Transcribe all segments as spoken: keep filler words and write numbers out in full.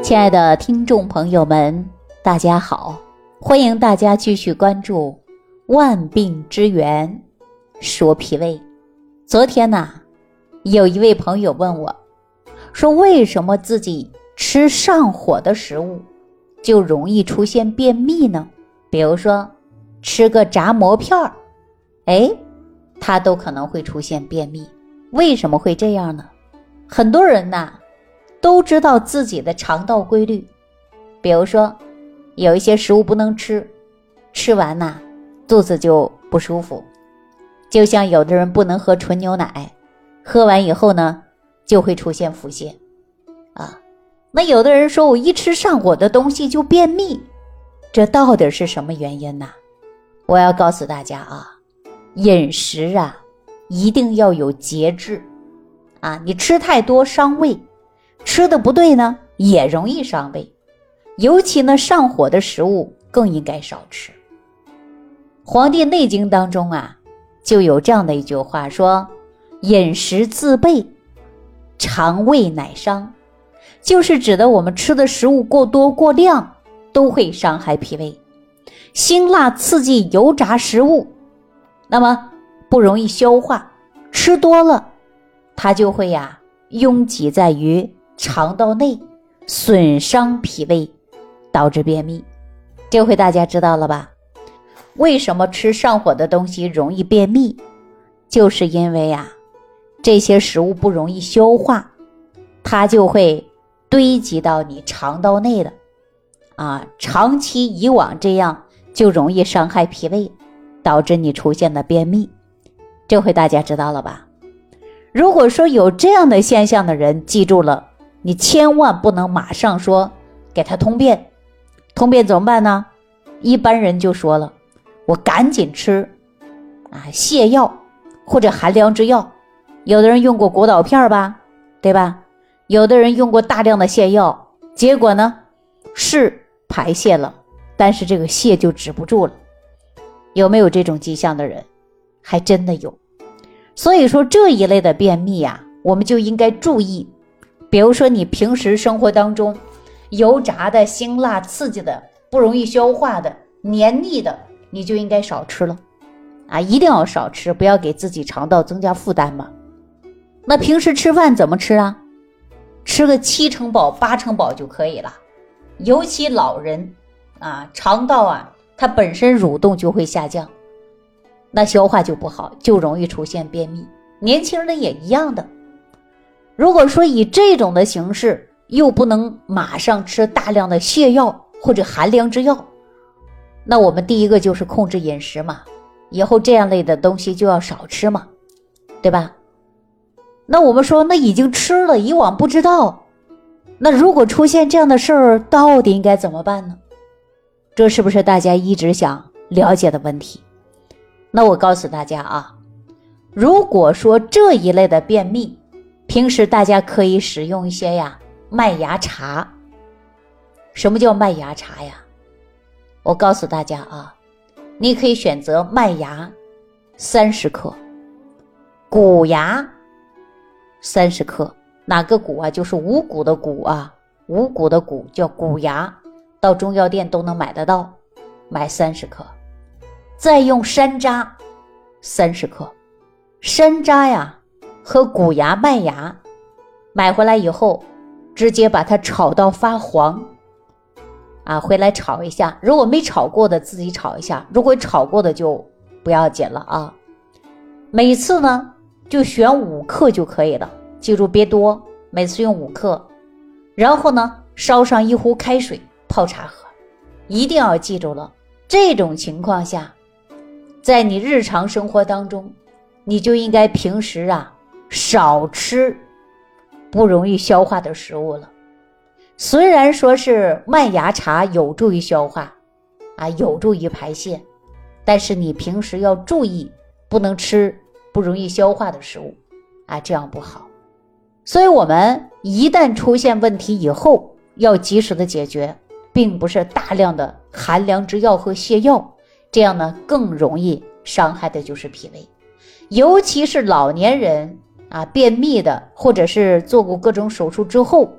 亲爱的听众朋友们，大家好，欢迎大家继续关注万病之源说脾胃。昨天呢，有一位朋友问我说，为什么自己吃上火的食物就容易出现便秘呢？比如说吃个炸馍片儿，哎，它都可能会出现便秘。为什么会这样呢？很多人呢都知道自己的肠道规律，比如说有一些食物不能吃，吃完呢肚子就不舒服，就像有的人不能喝纯牛奶，喝完以后呢就会出现腹泻啊。那有的人说我一吃上火的东西就便秘，这到底是什么原因呢？我要告诉大家啊，饮食啊一定要有节制啊，你吃太多伤胃，吃的不对呢也容易伤胃，尤其呢上火的食物更应该少吃。黄帝内经当中啊就有这样的一句话说，饮食自备，肠胃乃伤，就是指的我们吃的食物过多过量都会伤害脾胃。辛辣刺激油炸食物那么不容易消化，吃多了它就会呀、啊、拥挤在于肠道内，损伤脾胃，导致便秘。这回大家知道了吧？为什么吃上火的东西容易便秘？就是因为啊这些食物不容易消化，它就会堆积到你肠道内的啊，长期以往这样就容易伤害脾胃，导致你出现了便秘。这回大家知道了吧？如果说有这样的现象的人，记住了，你千万不能马上说给他通便。通便怎么办呢？一般人就说了，我赶紧吃啊泻药或者寒凉之药。有的人用过果导片吧，对吧？有的人用过大量的泻药，结果呢是排泄了，但是这个泻就止不住了。有没有这种迹象的人？还真的有。所以说这一类的便秘啊，我们就应该注意。比如说你平时生活当中油炸的、辛辣刺激的、不容易消化的、黏腻的，你就应该少吃了啊，一定要少吃，不要给自己肠道增加负担嘛。那平时吃饭怎么吃啊？吃个七成饱八成饱就可以了。尤其老人啊，肠道啊它本身蠕动就会下降，那消化就不好，就容易出现便秘。年轻人也一样的。如果说以这种的形式，又不能马上吃大量的泻药或者寒凉之药，那我们第一个就是控制饮食嘛，以后这样类的东西就要少吃嘛，对吧？那我们说那已经吃了，以往不知道，那如果出现这样的事儿，到底应该怎么办呢？这是不是大家一直想了解的问题？那我告诉大家啊，如果说这一类的便秘，平时大家可以使用一些呀麦芽茶。什么叫麦芽茶呀？我告诉大家啊，你可以选择麦芽三十克，谷芽三十克。哪个谷啊？就是五谷的谷啊，五谷的谷叫谷芽，到中药店都能买得到，买三十克。再用山楂三十克。山楂呀和谷芽、麦芽买回来以后，直接把它炒到发黄啊，回来炒一下。如果没炒过的自己炒一下，如果炒过的就不要紧了啊。每次呢就选五克就可以了，记住别多，每次用五克。然后呢烧上一壶开水泡茶喝。一定要记住了，这种情况下，在你日常生活当中，你就应该平时啊少吃不容易消化的食物了。虽然说是麦芽茶有助于消化啊，有助于排泄，但是你平时要注意，不能吃不容易消化的食物啊，这样不好。所以我们一旦出现问题以后，要及时的解决，并不是大量的寒凉之药和泻药，这样呢更容易伤害的就是脾胃。尤其是老年人啊，便秘的，或者是做过各种手术之后，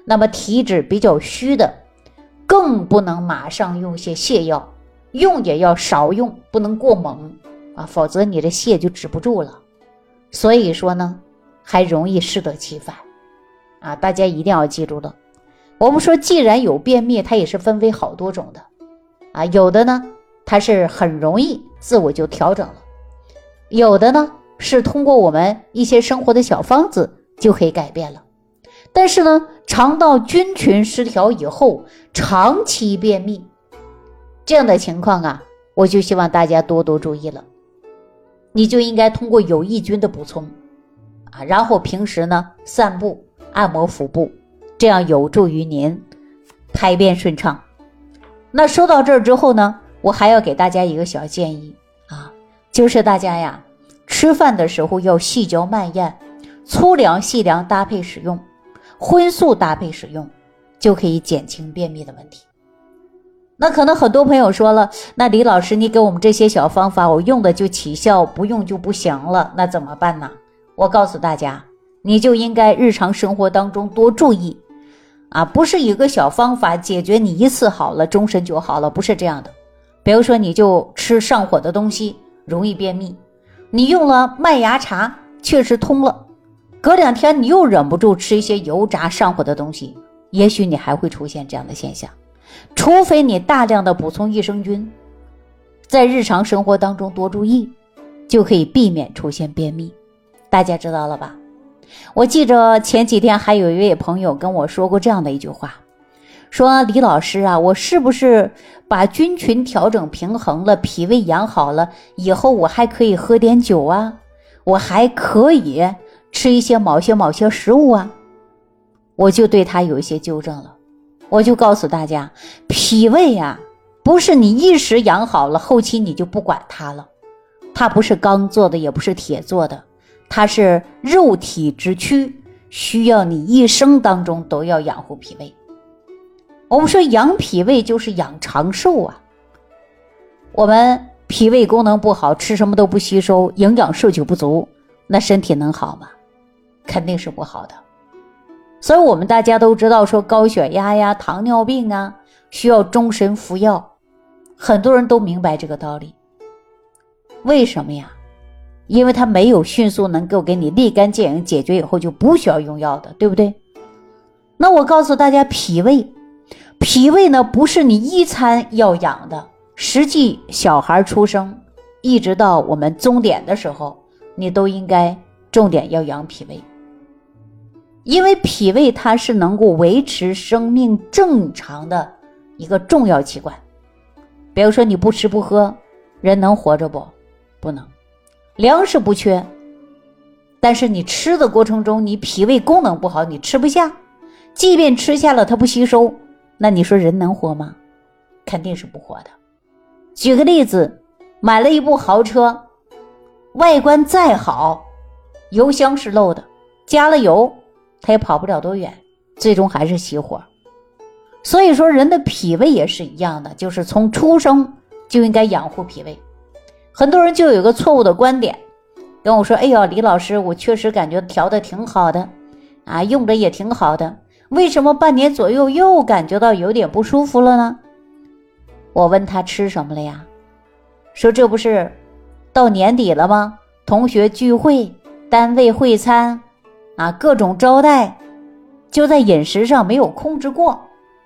那么体质比较虚的，更不能马上用些泻药，用也要少用，不能过猛啊，否则你的泻就止不住了。所以说呢，还容易适得其反啊！大家一定要记住了。我们说，既然有便秘，它也是分为好多种的啊，有的呢，它是很容易自我就调整了，有的呢，是通过我们一些生活的小方子就可以改变了。但是呢，肠道菌群失调以后，长期便秘这样的情况啊，我就希望大家多多注意了。你就应该通过有益菌的补充啊，然后平时呢散步、按摩腹部，这样有助于您排便顺畅。那说到这儿之后呢，我还要给大家一个小建议啊，就是大家呀，吃饭的时候要细嚼慢咽，粗粮细粮搭配使用，荤素搭配使用，就可以减轻便秘的问题。那可能很多朋友说了，那李老师你给我们这些小方法，我用的就起效，不用就不行了，那怎么办呢？我告诉大家，你就应该日常生活当中多注意啊，不是一个小方法解决你一次好了，终身就好了，不是这样的。比如说你就吃上火的东西，容易便秘，你用了麦芽茶确实通了，隔两天你又忍不住吃一些油炸上火的东西，也许你还会出现这样的现象。除非你大量的补充益生菌，在日常生活当中多注意，就可以避免出现便秘。大家知道了吧？我记着前几天还有一位朋友跟我说过这样的一句话，说李老师啊，我是不是把菌群调整平衡了，脾胃养好了以后，我还可以喝点酒啊，我还可以吃一些某些某些食物啊？我就对他有一些纠正了，我就告诉大家，脾胃啊，不是你一时养好了，后期你就不管它了。它不是钢做的，也不是铁做的，它是肉体之躯，需要你一生当中都要养护脾胃。我们说养脾胃就是养长寿啊。我们脾胃功能不好，吃什么都不吸收，营养摄取不足，那身体能好吗？肯定是不好的。所以我们大家都知道说高血压呀、糖尿病啊，需要终身服药，很多人都明白这个道理。为什么呀？因为它没有迅速能够给你立竿见影解决以后就不需要用药的，对不对？那我告诉大家，脾胃脾胃呢，不是你一餐要养的，实际小孩出生一直到我们终点的时候，你都应该重点要养脾胃。因为脾胃它是能够维持生命正常的一个重要器官。比如说你不吃不喝，人能活着不？不能。粮食不缺，但是你吃的过程中，你脾胃功能不好，你吃不下，即便吃下了它不吸收，那你说人能活吗？肯定是不活的。举个例子，买了一部豪车，外观再好，油箱是漏的，加了油它也跑不了多远，最终还是熄火。所以说人的脾胃也是一样的，就是从出生就应该养护脾胃。很多人就有一个错误的观点，跟我说，哎呀，李老师，我确实感觉调的挺好的啊，用着也挺好的，为什么半年左右又感觉到有点不舒服了呢？我问他吃什么了呀？说这不是到年底了吗？同学聚会、单位会餐啊，各种招待，就在饮食上没有控制过，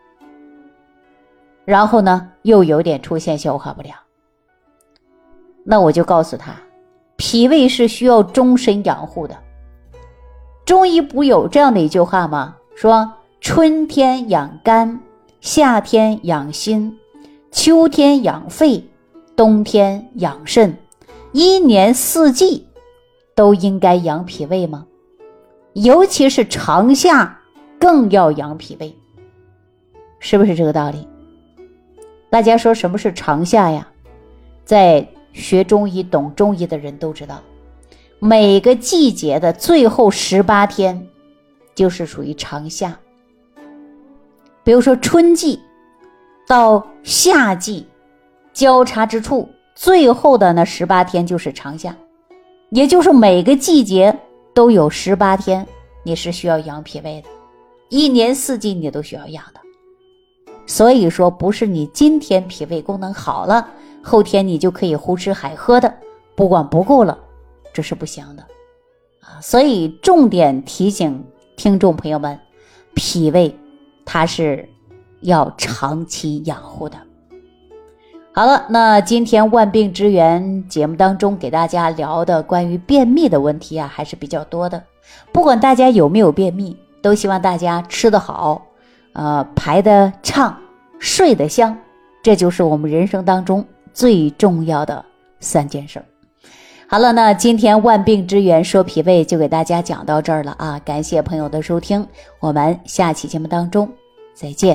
然后呢又有点出现消化不良。那我就告诉他，脾胃是需要终身养护的。中医不有这样的一句话吗？说春天养肝，夏天养心，秋天养肺，冬天养肾，一年四季都应该养脾胃吗？尤其是长夏更要养脾胃，是不是这个道理？大家说什么是长夏呀？在学中医懂中医的人都知道，每个季节的最后十八天就是属于长夏。比如说春季到夏季交叉之处，最后的那十八天就是长夏，也就是每个季节都有十八天你是需要养脾胃的。 一年四季你都需要养的。所以说不是你今天脾胃功能好了，后天你就可以胡吃海喝的，不管不顾了，这是不行的啊。所以重点提醒听众朋友们，脾胃它是要长期养护的。好了，那今天万病之源节目当中给大家聊的关于便秘的问题啊，还是比较多的。不管大家有没有便秘，都希望大家吃得好，呃，排得畅，睡得香，这就是我们人生当中最重要的三件事。好了，那今天万病之源说脾胃就给大家讲到这儿了啊，感谢朋友的收听，我们下期节目当中再见。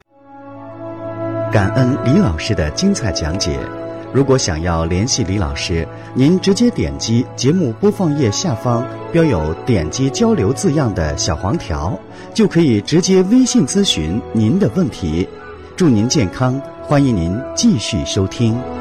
感恩李老师的精彩讲解。如果想要联系李老师，您直接点击节目播放页下方标有点击交流字样的小黄条，就可以直接微信咨询您的问题。祝您健康，欢迎您继续收听。